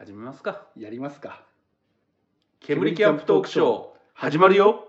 始めますか。 やりますか。 煙キャンプトークショー始まるよ。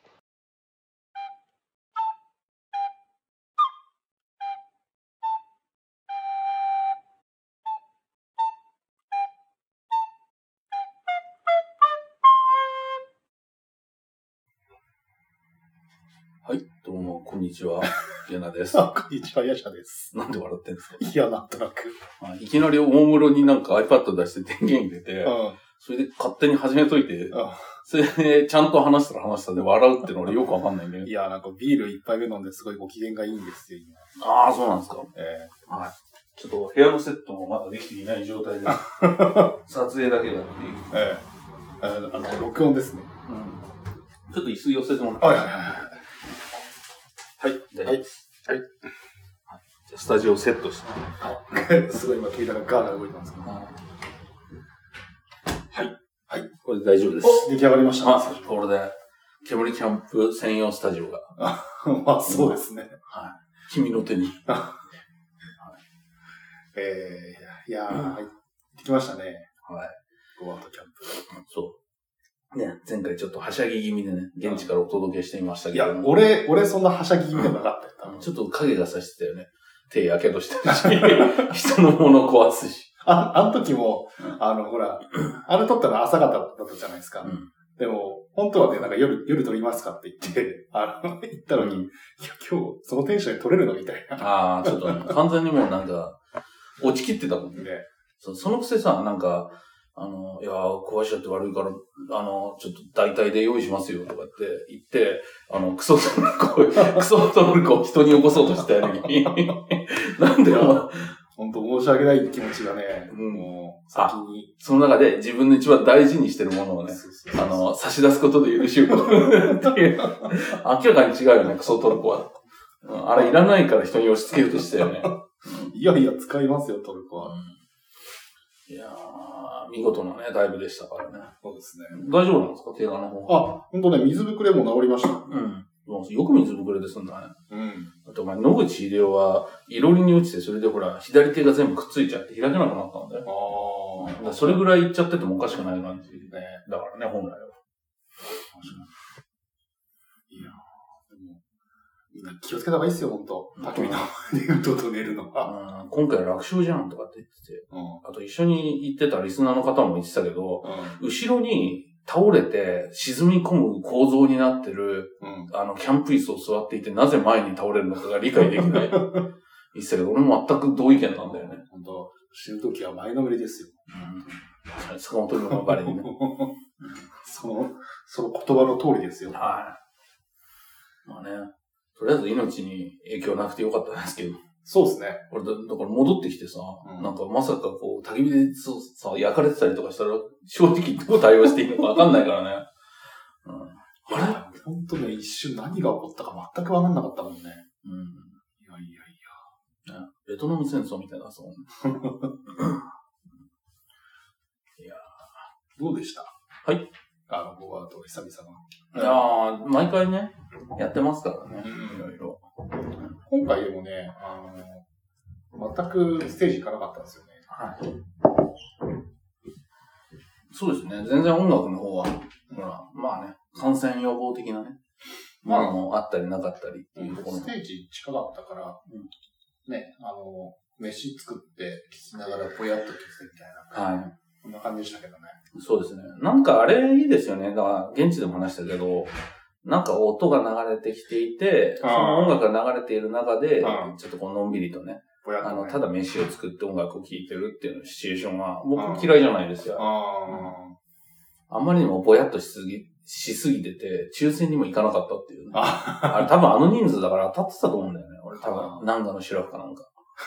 はい、どうもこんにちは、ゲナです。 こんにちは、ヤシャです。 なんで笑ってんですか。 いや、なんとなく。 いきなり大室になんか iPad 出して電源入れて、 うん。 それで勝手に始めといて、 うん。 それでちゃんと話したら話したで笑うっての俺よくわかんないんだよね。 いや、なんかビール一杯目飲んですごいご機嫌がいいんですよ、今。 ああ、そうなんですか。 はい。 ちょっと部屋のセットもまだできていない状態で、撮影だけやっていい。 録音ですね。 うん。ちょっと椅子寄せてもらって。 はい。 はい。はい。スタジオセットして。 すごい今、携帯がガーガー動いてますけど。 はい。これで大丈夫です。 お、出来上がりましたね。 これで、煙キャンプ専用スタジオが。 まあ、そうですね。 はい。君の手に。 いやー、行ってきましたね。 はい。 ゴーアウトキャンプ。 そう。ね、前回ちょっとはしゃぎ気味でね、現地からお届けしてみましたけど。 いや、俺そんなはしゃぎ気味でもなかったよ。 ちょっと影がさしてたよね。手やけどしてるし、人のもの壊すし。 あの時も、ほら、あれ撮ったの朝方だったじゃないですか。でも、本当はね、なんか夜撮りますかって言って、行ったのに、いや、今日、そのテンションで撮れるのみたいな。 ああ、ちょっと、完全にもうなんか、落ちきってたもんね。そのくせさ、なんか、いや壊しちゃって悪いから、ちょっと代替で用意しますよとかって言って、クソトルコを人に起こそうとしたのに。なんでよ。 本当申し訳ない気持ちがね、もう、先に。 その中で自分の一番大事にしてるものをね、差し出すことで許しをっていう。明らかに違うよね、クソトルコは。あれいらないから人に押し付けようとしたよね。 いやいや、使いますよ、トルコは。 いやー、見事なね、ダイブでしたからね。 そうですね。 大丈夫なんですか、怪我の方。 ほんとね、水ぶくれも治りました。 よく水ぶくれで済んだね。あとお前、野口英世は、いろりに落ちて、それでほら、左手が全部くっついちゃって開けなくなったんだよ。それぐらいいっちゃっててもおかしくない感じ。だからね、本来は。 いやー、でも、みんな気をつけた方がいいですよ、ほんと。焚き火の前でうとうと寝るのは。 今回楽勝じゃんとかって言ってて。あと一緒に行ってたリスナーの方も言ってたけど、後ろに倒れて沈み込む構造になってる、キャンプ椅子を座っていて、なぜ前に倒れるのかが理解できない。言ってたけど、俺も全く同意見なんだよね。 ほんと、死ぬときは前のめりですよ。 坂本龍馬ばりにね。 その言葉の通りですよ。 はい。まあね。とりあえず命に影響なくてよかったんですけど。 そうですね。 俺だから戻ってきてさ、なんかまさかこう、焚き火でさ、焼かれてたりとかしたら、正直どう対応していいのかわかんないからね。 あれほんとね、一瞬何が起こったか全くわかんなかったもんね。いや。 ベトナム戦争みたいなさ。いやどうでした？ はい。 ゴーアウト久々の。 いやー、毎回ね、やってますからね。いろいろ。 今回でもね、全くステージ行かなかったんですよね。 はい。そうですね。全然音楽の方は、まあね、感染予防的なね、もあったりなかったりっていうところ。 ステージ近かったから、ね、飯作って聞きながらぽやっと聞くみたいな。はい。こんな感じでしたけどね。 そうですね。なんかあれいいですよね。だから現地でも話したけど、なんか音が流れてきていて、その音楽が流れている中で、ちょっとこうのんびりとね、ただ飯を作って音楽を聴いてるっていうシチュエーションは、僕嫌いじゃないですよ。あんまりにもぼやっとしすぎてて、抽選にも行かなかったっていうね。あれ多分人数だから当たってたと思うんだよね。俺多分、南河のシラフかなんか。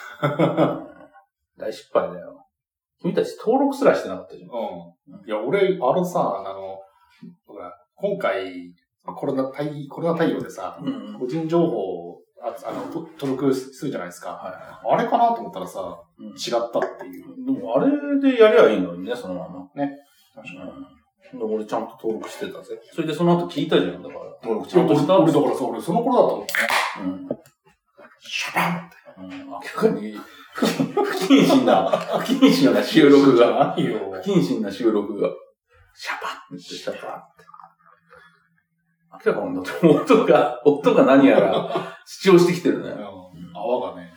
大失敗だよ。君たち登録すらしてなかったじゃん。 いや、俺、ほら、今回、コロナ対応でさ、個人情報を登録するじゃないですか。あれかなと思ったらさ、違ったっていう。 でも、あれでやりゃいいのにね、そのまま。 ね。確かに。俺ちゃんと登録してたぜ。それでその後聞いたじゃん、だから。登録ちゃんとした。 俺だからさ、俺その頃だったもんね。シャバンって。 明らかに不謹慎な収録が。不謹慎な収録が。シャパッってシャパッって。明らかに音が何やら主張してきてるね。 泡がね。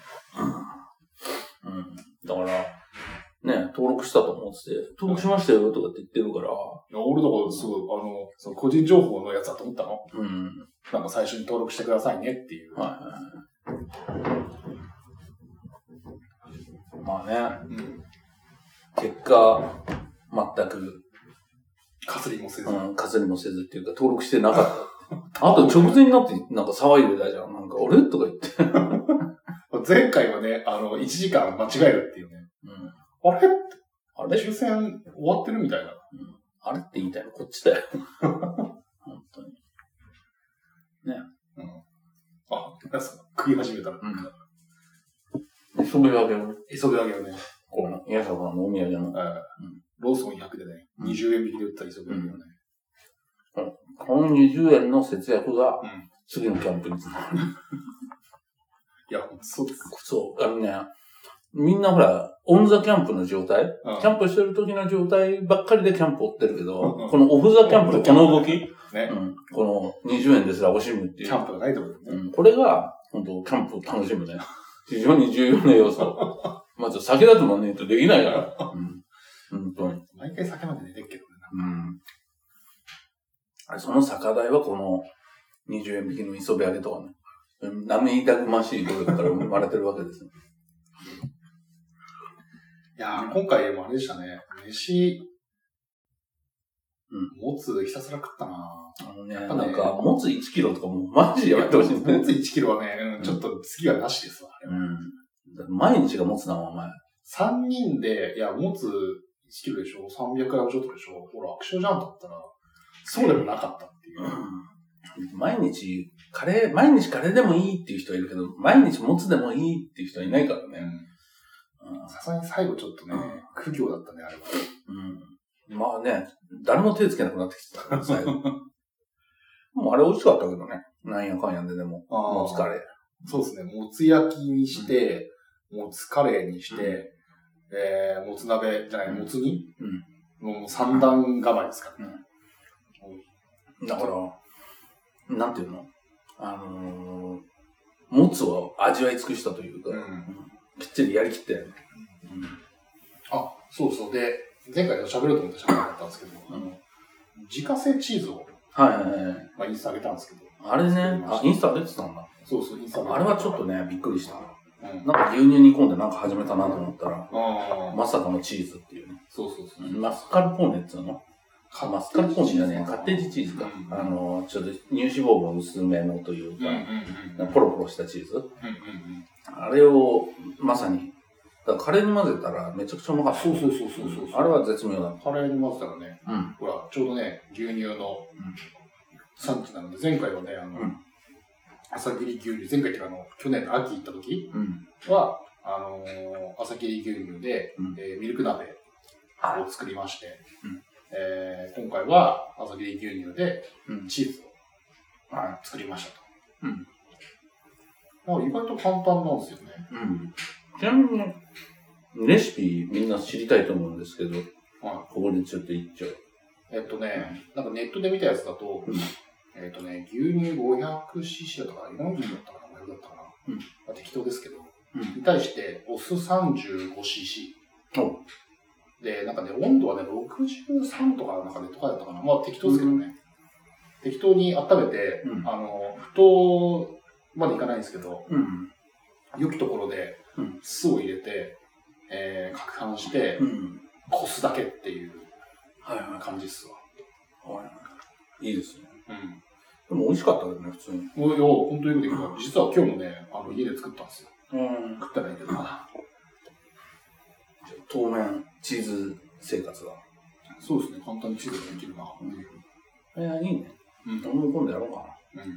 だから、ね、登録したと思ってて、登録しましたよとかって言ってるから。 俺だからすごい、その個人情報のやつだと思ったの。なんか最初に登録してくださいねっていう。 まあね、結果、全く、 かすりもせず。 かすりもせずっていうか、登録してなかった。あと直前になって、なんか騒いでたじゃん。なんか、俺とか言って。 前回はね、1時間間違えるっていうね。あれ抽選終わってるみたいな。 あれって言いたいのこっちだよ。本当に。ね。 食い始めたら。 磯辺揚げをね。 この、宮坂のお土産の。 ローソン100でね、20円引きで売った磯辺揚げをね。 この20円の節約が、次のキャンプにつながる。 いや、そうです。 そう、みんなほら、オンザキャンプの状態、キャンプしてる時の状態ばっかりでキャンプを追ってるけど、このオフザキャンプのこの動き、この20円ですら惜しむっていう。 キャンプがないところね。これが、本当キャンプを楽しむね。非常に重要な要素。まず酒だともねえとできないから。本当に。 毎回酒まで出てるけどね。その酒代はこの20円引きの磯辺揚げとかね。涙ぐましい努力から生まれてるわけですね。 いやー、今回もあれでしたね。飯、もつひたすら食ったななんか、もつ1キロとかもうマジでやってほしい。もつ1キロはね、ちょっと次はなしですわ。 毎日がもつなの、お前。 3人で、いや、もつ1キロでしょ ?300 グラムちょっとでしょほら、楽勝じゃんだったら、そうでもなかったっていう。 毎日カレーでもいいっていう人はいるけど、毎日もつでもいいっていう人はいないからね。 さすがに最後ちょっとね、苦行だったね、あれは。 まあね、誰も手つけなくなってきてたから、最後。もうあれ美味しかったけどね。なんやかんやででも。もつカレー。 そうですね。もつ焼きにして、もつカレーにして、もつ鍋じゃない、もつ煮もう三段構えですからね。 だから、なんていうのもつを味わい尽くしたというか、きっちりやりきったよね。 そうそう。で、前回喋ろうと思って喋らなかったんですけど、自家製チーズを、インスタ上げたんですけど。 あれね、インスタ上げてたんだ。 そうそう、インスタ上げてた。 あれはちょっとね、びっくりした。なんか牛乳煮込んでなんか始めたなと思ったら、まさかのチーズっていうね。 そうそうそう。 マスカルポーネっていうのマスカルポーネじゃねえ、カッテージチーズか。ちょっと乳脂肪分薄めのというか、ポロポロしたチーズ。あれを、まさに、カレーに混ぜたらめちゃくちゃうまかった。 そう。 あれは絶妙だ。 カレーに混ぜたらね、ほら、ちょうどね、牛乳の産地なので、前回はね、朝霧牛乳、前回っていうか去年の秋行った時は、朝霧牛乳で、ミルク鍋を作りまして、今回は朝霧牛乳でチーズを作りましたと。意外と簡単なんですよね。 ちなみに、レシピみんな知りたいと思うんですけど、ここでちょっと言っちゃう。 なんかネットで見たやつだと、牛乳 500cc だったかな ?40 だったかな ?500 だったかな、適当ですけど、に対してお酢 35cc。で、なんかね、温度はね、63とかなんかね、とかだったかな。まあ適当ですけどね。適当に温めて、沸騰までいかないんですけど、良きところで酢を入れて、攪拌して、こすだけっていう感じっすわ。 いいですね。でも美味しかったけどね、普通に。 いや、本当によくできた。実は今日もね、家で作ったんですよ。食ったらいいけどな。 当面、チーズ生活だ。 そうですね、簡単にチーズができるな。 いいね。俺も今度やろうか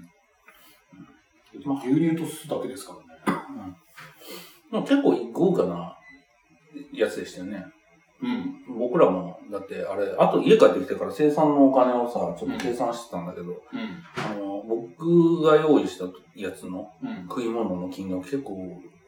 な。牛乳と酢だけですからね。 結構豪華なやつでしたよね。僕らも、だってあれ、あと家帰ってきてから生産のお金をさ、ちょっと計算してたんだけど、僕が用意したやつの食い物の金額結構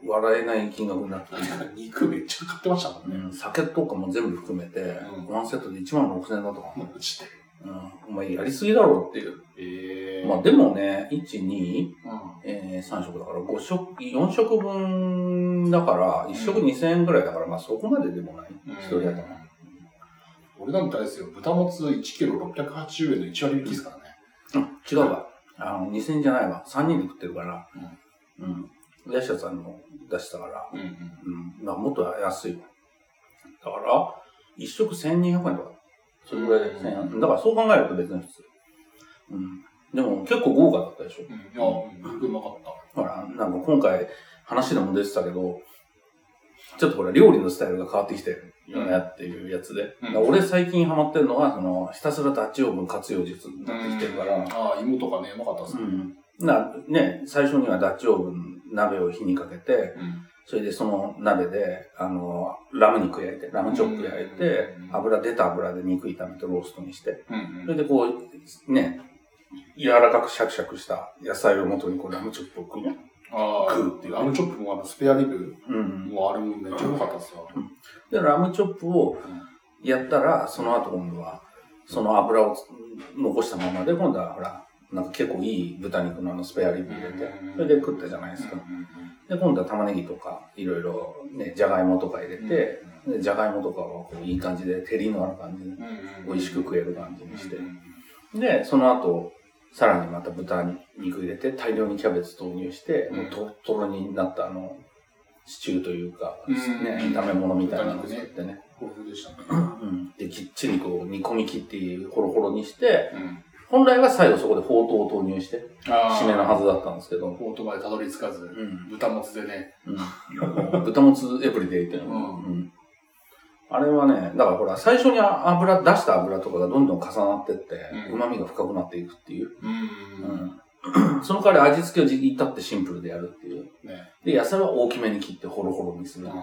笑えない金額になって。 肉めっちゃ買ってましたもんね。 酒とかも全部含めて、ワンセットで16,000円だとか。お前やりすぎだろうっていう。まあでもね、1、2、3食だから4食分だから、1食2000円ぐらいだから、まあそこまででもない。一人だから。 俺なんてあれですよ、豚もつ1キロ680円の1割引きですからね。 違うわ。2000円じゃないわ。3人で食ってるから。ヤシャさんも出したから。まあもっと安い。だから、1食1200円とか。それぐらいで1000円。だからそう考えると別に普通。でも結構豪華だったでしょ。 いや、うまかった。 ほら、なんか今回話でも出てたけど、ちょっとほら料理のスタイルが変わってきてるよねっていうやつで。俺最近ハマってるのが、ひたすらダッチオーブン活用術になってきてるから。 芋とかね、うまかったですね。最初にはダッチオーブン鍋を火にかけて、それでその鍋で、ラム肉焼いて、ラムチョップ焼いて、出た油で肉炒めてローストにして、それでこう、ね、柔らかくシャクシャクした野菜を元にこうラムチョップを食うっていう。 ラムチョップもスペアリブもあるめっちゃうまかったっすよ。 で、ラムチョップをやったら、その後今度は、その油を残したままで、今度はほら、なんか結構いい豚肉のスペアリブ入れて、それで食ったじゃないですか。で、今度は玉ねぎとか、いろいろね、じゃがいもとか入れて、じゃがいもとかはこういい感じで、照りのある感じで、美味しく食える感じにして。で、その後、さらにまた豚肉入れて、大量にキャベツ投入して、もうトロトロになったシチューというか、ね、炒め物みたいなのを作ってね。で、きっちりこう煮込み切ってホロホロにして、本来は最後そこでほうとうを投入して、締めのはずだったんですけど。 ほうとうまでたどり着かず、豚もつでね。 豚もつエブリデイっていうの。あれはね、だからほら、最初に出した油とかがどんどん重なってって、旨味が深くなっていくっていう。その代わり味付けを至ってシンプルでやるっていう。で、野菜は大きめに切ってホロホロにするっていう。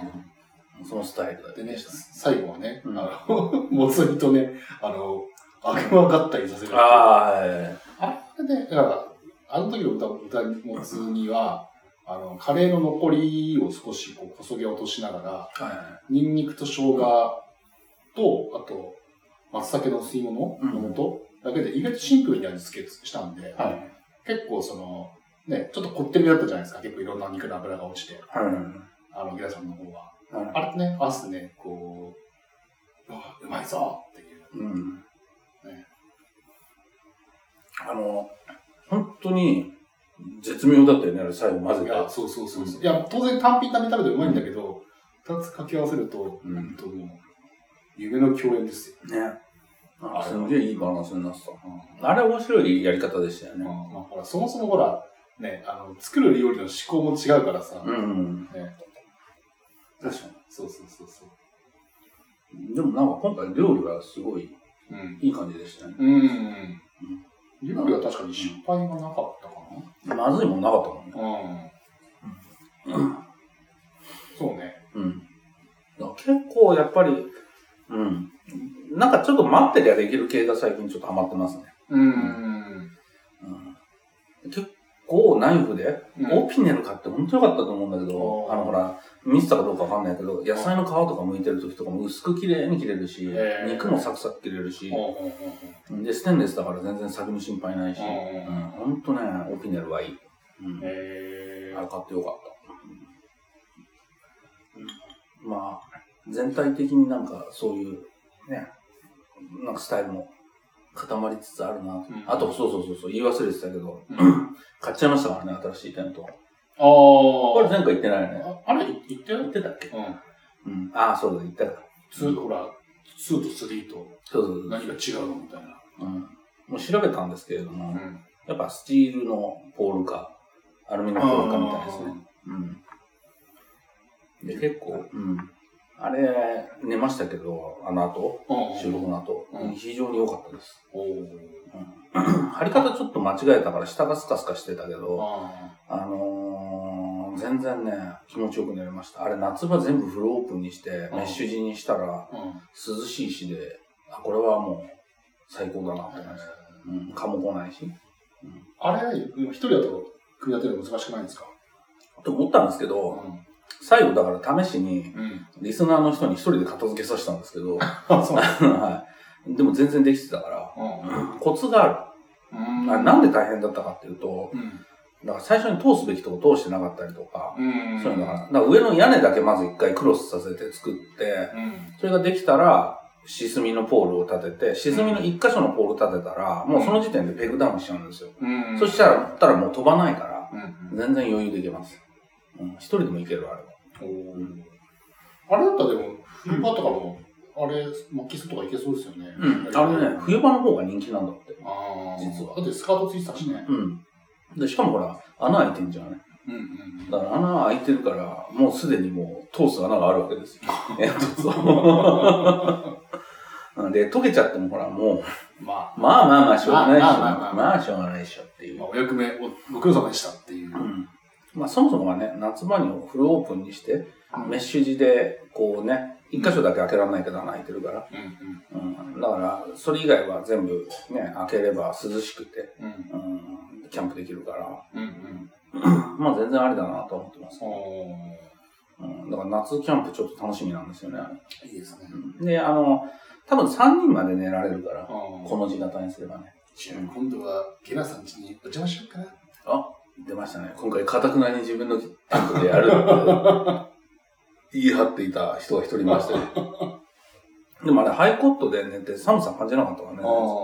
そのスタイルだでね、最後はね、もつ煮とね、揚げ間合体させる。あれで、だから、あの時の豚もつ煮は、カレーの残りを少しこそげ落としながら、ニンニクと生姜と、あと、松茸の吸い物の素だけで意外とシンプルに味付けしたんで、結構ね、ちょっとこってりだったじゃないですか。結構いろんな肉の油が落ちて。ゲラさんの方は。あれとね、合わせてね、こう、うまいぞっていう。 本当に、絶妙だったよね、あれ最後混ぜて。 いや、そう。いや、当然単品食べてうまいんだけど、二つ掛け合わせると、もう、夢の共演ですよ。ね。 すげえいいバランスになってた。あれ面白いやり方でしたよね。 ほら、そもそもほら、ね、作る料理の思考も違うからさ。 ね。確かに。 そう。 でもなんか今回料理がすごい、いい感じでしたね。 料理は確かに失敗がなかったかな。まずいもんなかったもんね。 そうね。 結構やっぱり、なんかちょっと待ってりゃできる系が最近ちょっとハマってますね。結構ナイフで、オピネル買って本当よかったと思うんだけど、ほら、見てたかどうかわかんないけど、野菜の皮とか剥いてる時とかも薄く綺麗に切れるし、肉もサクサク切れるし、で、ステンレスだから全然先の心配ないし、ほんとね、オピネルはいい。あれ買ってよかった。まあ、全体的になんかそういう、ね、なんかスタイルも固まりつつあるな。あと、そう、言い忘れてたけど、買っちゃいましたからね、新しいテント。これ前回言ってないよね。 あれ言って言ってたっけ？ああ、そうだ、言ったか。 ほら、2と3と何が違うのみたいな。 もう調べたんですけれども、やっぱスチールのポールか、アルミのポールかみたいですね。で、結構、あれ、寝ましたけど、あの後、収録の後、非常に良かったです。貼り方ちょっと間違えたから下がスカスカしてたけど、全然ね、気持ちよく寝れました。あれ夏場全部フルオープンにして、メッシュ地にしたら、涼しいしで、これはもう最高だなって思いました。蚊も来ないし。 あれ、一人だと組み立てるの難しくないんですか？ と思ったんですけど、 最後だから試しに、リスナーの人に一人で片付けさせたんですけど、はい。でも全然できてたから、コツがある。なんで大変だったかっていうと、だから最初に通すべきとこ通してなかったりとか、そういうのが、だから上の屋根だけまず一回クロスさせて作って、それができたら、シスミのポールを立てて、シスミの一箇所のポール立てたら、もうその時点でペグダウンしちゃうんですよ。そしたらもう飛ばないから、全然余裕でいけます。一人でもいける、あれは。 あれだったらでも、冬場とかも、あれ、巻き裾とかいけそうですよね。 あれね、冬場の方が人気なんだって。実は。 だってスカートついてたしね。 で、しかもほら、穴開いてんじゃんね。だから穴開いてるから、もうすでにもう通す穴があるわけですよ。で、溶けちゃってもほら、もう、まあ、しょうがないでしょ。まあ、しょうがないでしょっていう。 お役目、ご苦労様でしたっていう。 まあ、そもそもはね、夏場にフルオープンにして、メッシュ地で、こうね、一箇所だけ開けられないけど穴開いてるから。だから、それ以外は全部ね、開ければ涼しくて、キャンプできるから。まあ、全然ありだなと思ってます。だから夏キャンプちょっと楽しみなんですよね。 いいですね。 で、多分3人まで寝られるから、この字型にすればね。 今度はゲラさん家にお邪魔しようかな。 出ましたね。今回、かたくなに自分のテントでやるって言い張っていた人が一人いましたね。でもあれ、ハイコットで寝て寒さ感じなかったからね。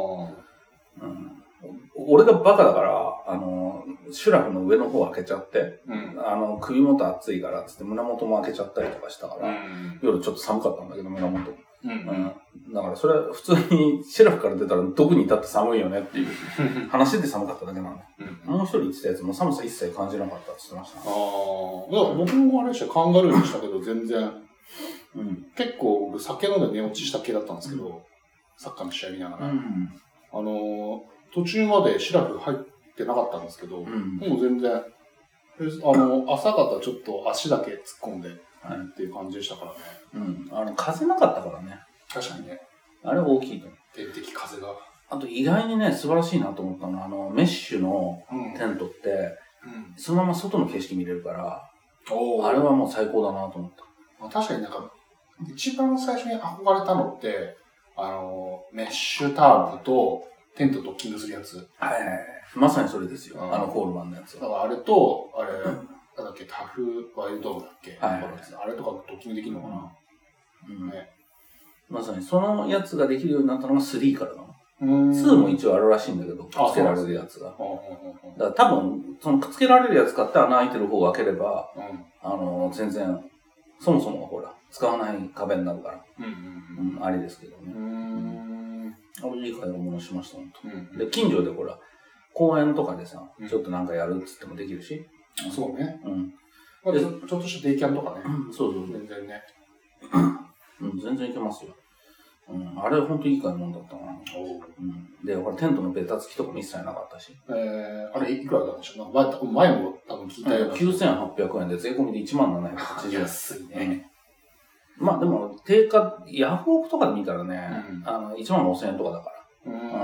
俺がバカだから、シュラフの上の方開けちゃって、首元暑いからつって胸元も開けちゃったりとかしたから、夜ちょっと寒かったんだけど、胸元。だからそれは普通にシュラフから出たらどこにいたって寒いよねっていう話で寒かっただけなんだ。もう一人言ってたやつも寒さ一切感じなかったって言ってましたね。 僕もあれでした、カンガルーにしたけど全然、結構僕酒飲んで寝落ちした系だったんですけど、サッカーの試合見ながら。途中までシュラフ入ってなかったんですけど、もう全然、朝方ちょっと足だけ突っ込んで、っていう感じでしたからね。 風なかったからね。 確かにね。 あれは大きいと思う。 天敵風が。 あと意外にね、素晴らしいなと思ったのは、メッシュのテントって、そのまま外の景色見れるから、あれはもう最高だなと思った。 確かになんか、一番最初に憧れたのって、メッシュタープと、テントドッキングするやつ。 まさにそれですよ。コールマンのやつ。 だからあれと、なんだっけ、タフワイルドームだっけ、あれとかドッキングできるのかな、 まさにそのやつができるようになったのが3からだな。2も一応あるらしいんだけど、くっつけられるやつが。だから多分、そのくっつけられるやつ買って穴開いてる方を開ければ、全然、そもそもほら、使わない壁になるから、ありですけどね。いい買い物しました、本当。で、近所でほら、公園とかでさ、ちょっとなんかやるっつってもできるし。 そうね。ちょっとしたデイキャンとかね。 そう。 全然ね。 全然いけますよ。あれほんといい買い物だったな。で、ほら、テントのベタつきとかも一切なかったし。 あれいくらなんでしょう。前も多分聞いたような。 9800円で税込みで1780円。 安いね。 まあでも、定価、ヤフオクとかで見たらね、15000円とかだから。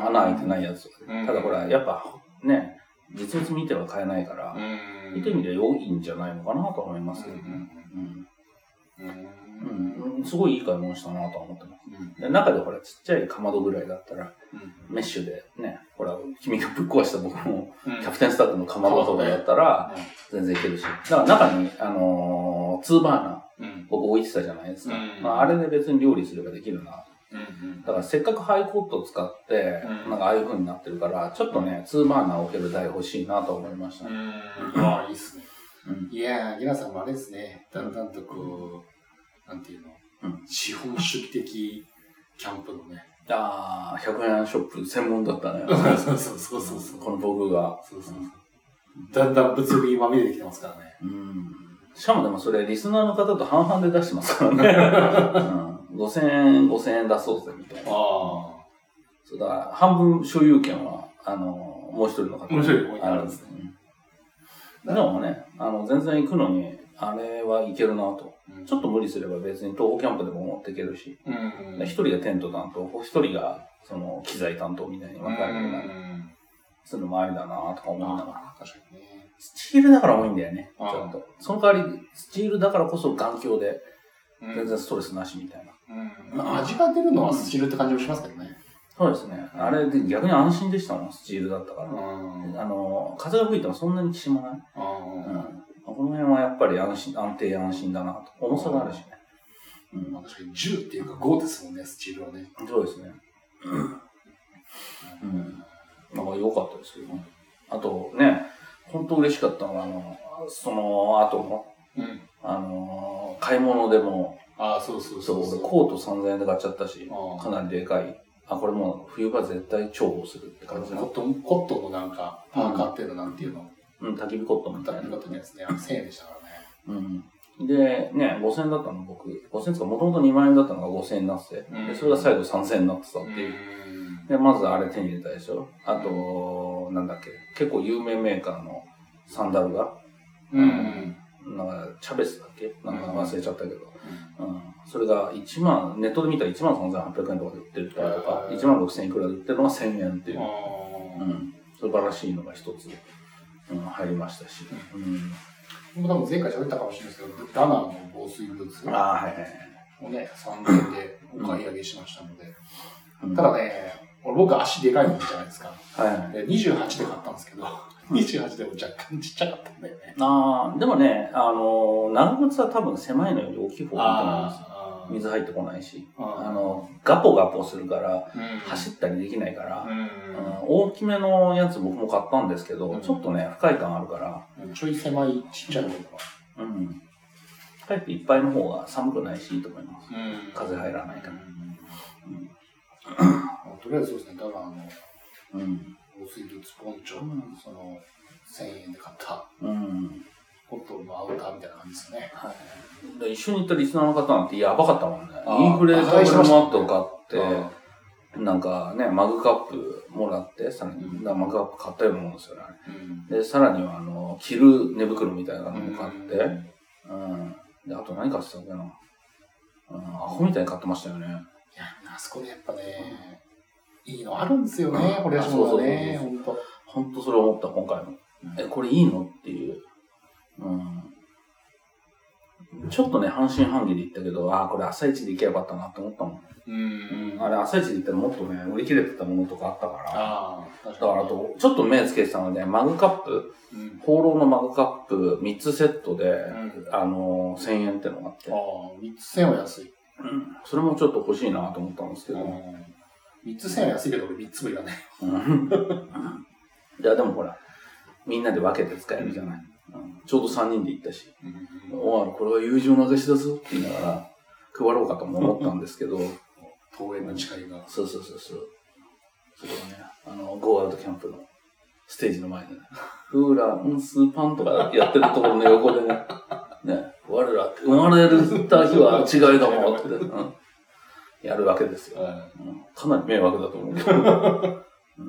穴開いてないやつ。ただほら、やっぱね、実物見ては買えないから、そういう意味では良いんじゃないのかなと思いますけどね。すごいいい買い物したなとは思ってます。で中でほら、ちっちゃいかまどぐらいだったら、メッシュでね、ほら、君がぶっ壊した僕のキャプテンスタックのかまどとかだったら、全然いけるし。だから中に、2バーナー、僕置いてたじゃないですか。あれで別に料理すればできるな。だからせっかくハイコットを使って、なんかああいう風になってるから、ちょっとね、2バーナー置ける台欲しいなと思いましたね。 いいっすね。いやー、ギラさんもあれですね、だんだんとこう、なんていうの、資本主義的キャンプのね。 100円ショップ専門だったね。 そう。 この僕が。 だんだん物理にまみれてきてますからね。 しかもでもそれリスナーの方と半々で出してますからね。5000円出そうぜみたいな。そうだから半分所有権は、もう一人の方にあるんですね。でもね、全然行くのに、あれはいけるなと。ちょっと無理すれば別に東宝キャンプでも持っていけるし、一人がテント担当、一人がそ機材担当みたいに分かるような、そういうのもありだなとか思いながら。 確かにね。 スチールだから多いんだよね。ちょっと。その代わり、スチールだからこそ眼鏡で、全然ストレスなしみたいな。味が出るのはスチールって感じもしますけどね。 そうですね。あれで逆に安心でしたもん、スチールだったから。風が吹いてもそんなにきしまない。この辺はやっぱり安定安心だなと。重さがあるしね。 確かに10っていうか5ですもんね、スチールはね。 そうですね。なんか良かったですけどね。あとね、本当嬉しかったのが、その後の、買い物でも、 そう俺コート3000円で買っちゃったし、かなりでかい。これもう冬場絶対重宝するって感じ。 コットンのなんか、パーカーっていうのなんていうの？ 焚き火コットンみたいな。 焚き火コットンのやつね。1000円でしたからね。 で、ね、5000円だったの僕。5000円つか、もともと2万円だったのが5000円になってて、で、それが最後3000円になってたっていう。で、まずあれ手に入れたでしょ。あと、なんだっけ、結構有名メーカーのサンダルが、なんか、チャベスだっけなんか忘れちゃったけど、それが1万、ネットで見たら13,800円とかで売ってるとか、16,000円いくらで売ってるのが1000円っていう。素晴らしいのが一つ、入りましたし。 僕多分前回喋ったかもしれないですけど、ダナーの防水ブーツをね、3000円でお買い上げしましたので。ただね、僕足でかいもんじゃないですか。28で買ったんですけど、28でも若干ちっちゃかったんだよね。 でもね、長靴は多分狭いのより大きい方がいいと思います。水入ってこないし。ガポガポするから、走ったりできないから、大きめのやつ僕も買ったんですけど、ちょっとね、不快感あるから。 ちょい狭いちっちゃいのが。 かえっていっぱいの方が寒くないしいいと思います。風入らないから。 とりあえずそうですね、ダナーの防水ブーツポンチョ、その1000円で買った、コットンのアウターみたいな感じですよね。 一緒に行ったリスナーの方なんてやばかったもんね。インフレタブルマット買って、なんかね、マグカップもらって、さらにマグカップ買ったようなもんですよね。で、さらには着る寝袋みたいなのも買って、で、あと何買ってたのかな。アホみたいに買ってましたよね。 いや、あそこでやっぱね、いいのあるんですよね、堀橋もね、 ほんとそれ思った、今回も。これいいのっていう。ちょっとね、半信半疑で言ったけど、これ朝一で行けばよかったなって思ったもん。あれ朝一で行ったらもっとね、売り切れてたものとかあったから。だからあと、ちょっと目つけてたので、マグカップ、放浪のマグカップ3つセットで、1000円ってのがあって。 3つ1000円は安い。 それもちょっと欲しいなと思ったんですけど。 3つ1000円は安いけど、俺3つもいらない。 いや、でもほら、みんなで分けて使えるじゃない。ちょうど3人で行ったし、これは友情の証だぞって言いながら配ろうかとも思ったんですけど、 登園の誓いが。 そう。それがね、ゴーアウトキャンプのステージの前でね、フーランスパンとかやってるところの横でね、我らって生まれた日は違いだもんって、やるわけですよ。かなり迷惑だと思うけど。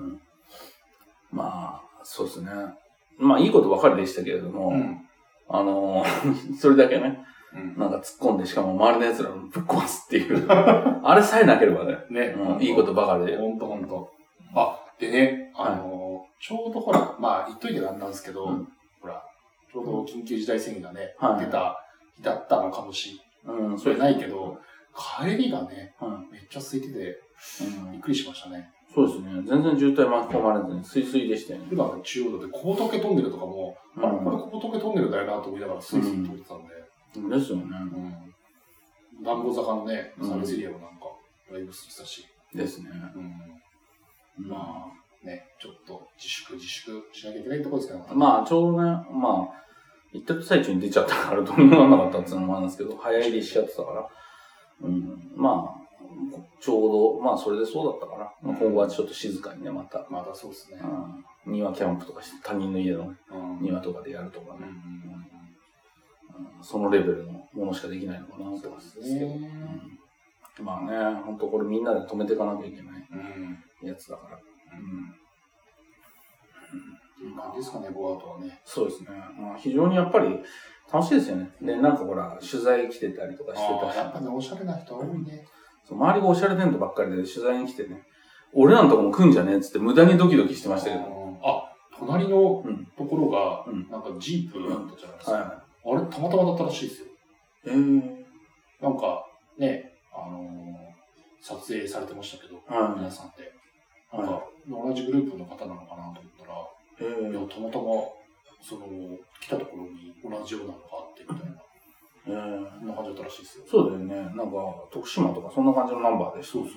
まあ、そうですね。まあ、いいことばかりでしたけれども、それだけね、なんか突っ込んで、しかも周りの奴らをぶっ壊すっていう、あれさえなければね、いいことばかりで。 ほんと。でね、ちょうどほら、まあ、言っといてなんなんですけど、ほら、ちょうど緊急事態宣言がね、出た日だったのかもしれないけど、帰りがね、めっちゃ空いてて、びっくりしましたね。 そうですね。全然渋滞巻き込まれずに、スイスイでしたよね。 普段の中央道で小仏トンネルとかも、これ小仏トンネルだよなと思いながらスイスイ通ってたんで。 ですよね。 南郷坂のね、サービスエリアもなんか、ライブしてたし。 ですね。 まあ、ね、ちょっと自粛しなきゃいけないところですけど。 まあ、ちょうどね、まあ、行ってる最中に出ちゃったからどうにもならなかったっていうのもあるんですけど、早入りしちゃってたから。まあ、ちょうど、まあそれでそうだったから、今後はちょっと静かにね、またそうですね。 庭キャンプとかして、他人の家の庭とかでやるとかね。そのレベルのものしかできないのかなと思うんですけど。まあね、本当これみんなで止めていかなきゃいけないやつだから。 いい感じですかね、ゴーアウトはね。 そうですね。まあ非常にやっぱり楽しいですよね。で、なんかほら、取材来てたりとかしてたし。 やっぱね、おしゃれな人多いね。 周りがおしゃれテントばっかりで取材に来てね、俺らのとこも来んじゃねえっつって無駄にドキドキしてましたけど。 隣のところが、なんかジープだったじゃないですか。あれ、たまたまだったらしいですよ。なんか、ね、撮影されてましたけど、皆さんで。なんか、同じグループの方なのかなと思ったら、いや、たまたま、来たところに同じようなのがあって、みたいな。そんな感じだったらしいですよ。 そうだよね。なんか、徳島とかそんな感じのナンバーで。そう。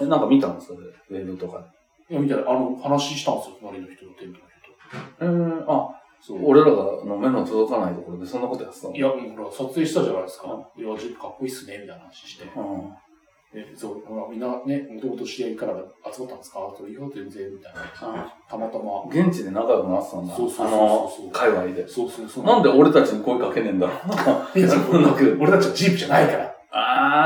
なんか見たんですか、ウェブとかで。いや、見たら、話したんですよ、隣の人とテントの人。俺らの目の届かないところでそんなことやってたの？ いや、ほら、撮影したじゃないですか。いや、ジープかっこいいっすね、みたいな話して。みんなね、もともと知り合いから集まったんですかといいよ、全然、みたいな。たまたま。 現地で仲良くなってたんだ。界隈で。 そう。 なんで俺たちに声かけねえんだろう。 いや、俺たちはジープじゃないから。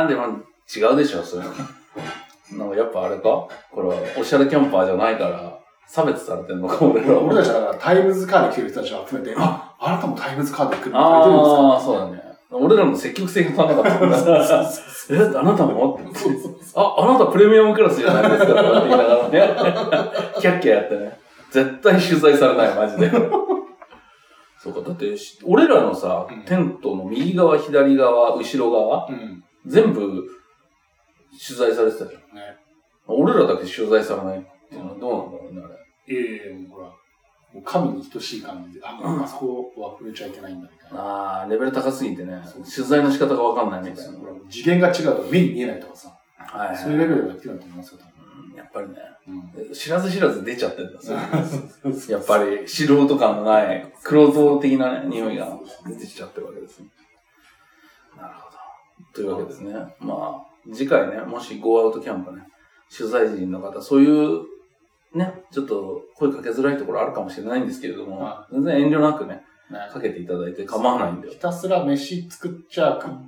でも違うでしょ、それ。なんかやっぱあれかこれはおしゃれキャンパーじゃないから、差別されてんのか、俺ら。 俺たちはだからタイムズカーで来てる人たちを集めて、あなたもタイムズカーで来るのくれてるんですか？ そうだね。俺らの積極性が足らなかったんだ。あなたもって。あなたプレミアムクラスじゃないですかって言いながらね。キャッキャやってね。絶対取材されない、マジで。そうか、だって、俺らのさ、テントの右側、左側、後ろ側、全部取材されてたじゃん。ね。俺らだけ取材されないっていうのはどうなんだろうね、あれ。 ほら。神に等しい感じで、あそこは触れちゃいけないんだみたいな。 レベル高すぎてね、取材の仕方がわかんないみたいな。 次元が違うと目に見えないとかさ。そういうレベルでやってるんだと思いますよ、 やっぱりね。知らず知らず出ちゃってるんだ、やっぱり素人感のない、黒像的なね、匂いが出てきちゃってるわけですね。なるほど。というわけですね。まあ、次回ね、もしゴーアウトキャンプね、取材陣の方、そういうね、ちょっと声かけづらいところあるかもしれないんですけれども、全然遠慮なくね、かけていただいて構わないんだよ。 ひたすら飯作っちゃ食って、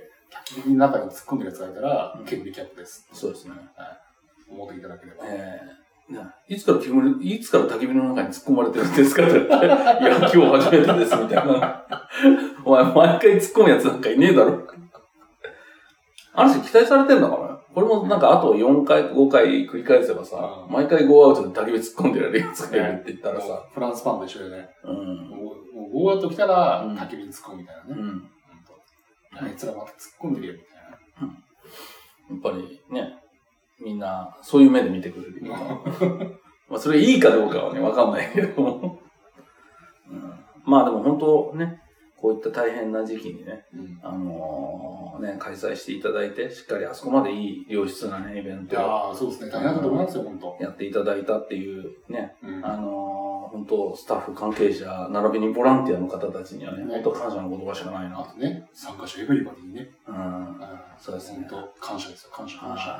焚き火の中に突っ込んでるやつがいたら、煙キャップです。 そうですね。 思っていただければ。 いつから焚き火の中に突っ込まれてるんですかって言って、いや、今日初めてです、みたいな。お前、毎回突っ込むやつなんかいねえだろ。ある種期待されてんだからね。これもなんかあと4回、5回繰り返せばさ、毎回ゴーアウトで焚き火突っ込んでやるやつがいるって言ったらさ。 フランスパンと一緒でね。もうゴーアウト来たら焚き火に突っ込むみたいなね。あいつらまた突っ込んでるよみたいな。 やっぱりね、みんなそういう目で見てくれるよ。まあそれいいかどうかはね、わかんないけど。まあでも本当ね、こういった大変な時期にね、開催していただいて、しっかりあそこまでいい良質なね、イベントを。 そうですね、大変だと思いますよ、本当。 やっていただいたっていうね、本当スタッフ関係者、並びにボランティアの方たちにはね、本当感謝の言葉しかないな。 あとね、参加者エブリバディにね。 そうですね。 本当感謝ですよ、感謝。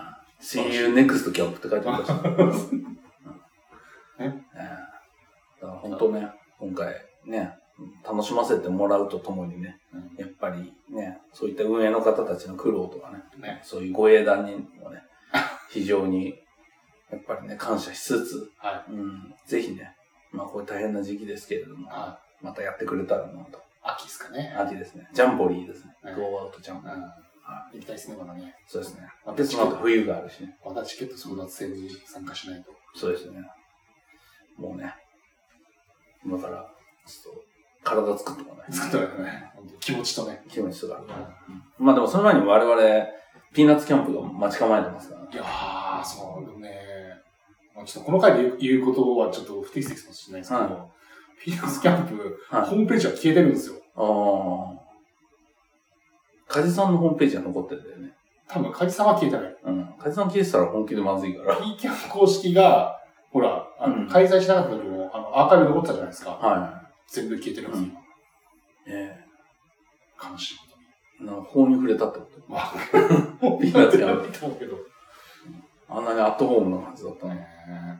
See you next camp って書いてありました。だから本当ね、今回ね、楽しませてもらうとともにね、やっぱりね、そういった運営の方たちの苦労とかね、そういうご英断にもね、非常にやっぱりね、感謝しつつ、ぜひね、まあこういう大変な時期ですけれども、またやってくれたらなと。 秋ですかね。 秋ですね。ジャンボリーですね。ゴーアウトジャンボリー。 行きたいですね、まだね。 そうですね。で、その後冬があるしね。 またチケット争奪戦に参加しないと。 そうですね。もうね、今から、ちょっと、体作ってもらわない。 作ってもらわない。気持ちとね。 気持ちとか。まあでもその前に我々、ピーナッツキャンプが待ち構えてますからね。 いやー、そうね。ちょっとこの回で言うことはちょっと不適切かもしれないですけど、ピーナッツキャンプ、ホームページは消えてるんですよ。 カジさんのホームページは残ってるんだよね。 多分、カジさんは消えてない。 カジさん消えてたら本気でまずいから。 ピーキャンプ公式が、ほら、開催しなかった時も、アーカイブ残ってたじゃないですか。全部消えてるんですよ。悲しいことに。法に触れたってことピーナッツキャンプ。あんなにアットホームな感じだったね。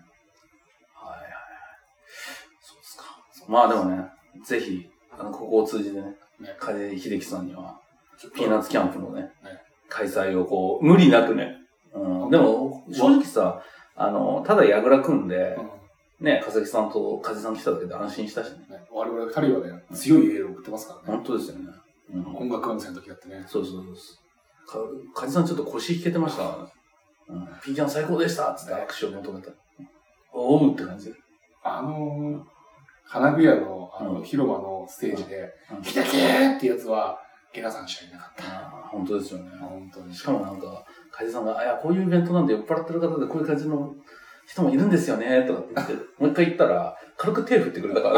そうですか。まあでもね、ぜひ、ここを通じてね、梶秀樹さんには、ピーナッツキャンプのね、開催をこう、無理なくね。でも、正直さ、ただ矢倉組んで、ね、笠木さんと梶さん来ただけで安心したしね。 我々二人はね、強いエールを送ってますからね。 本当ですよね。 音楽温泉の時だってね。 そう。梶さんちょっと腰引けてましたからね。ピーちゃん最高でしたっつって握手を求めた。おうって感じで。 花火屋の、広場のステージで、来たけーってやつは、ゲラさんしかいなかった。 本当ですよね。 本当に。 しかもなんか、楓さんが、いや、こういうイベントなんで酔っ払ってる方でこういう感じの人もいるんですよね、とかって言って、もう一回言ったら、軽く手振ってくれたから、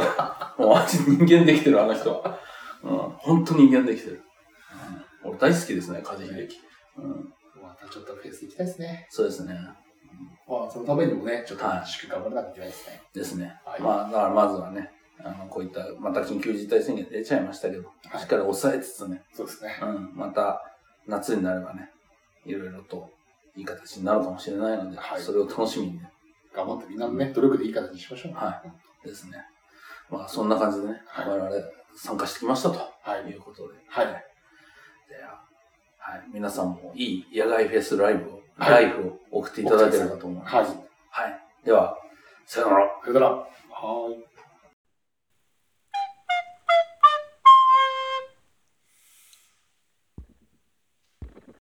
もうマジ人間できてる、あの人は。本当に人間できてる。俺大好きですね、梶秀樹。 またちょっとフェス行きたいですね。 そうですね。 そのためにもね、ちょっと自粛頑張らなきゃいけないですね。 ですね。まあ、だからまずはね、こういった、また緊急事態宣言出ちゃいましたけど、しっかり抑えつつね。 そうですね。 また、夏になればね、いろいろといい形になるかもしれないので、それを楽しみにね。 頑張ってみんなのね、努力でいい形にしましょう。 はい。ですね。まあ、そんな感じでね、我々参加してきましたということで。はい。では、皆さんもいい野外フェスライフを送っていただければと思います。はい。では、さよなら。 さよなら。はい。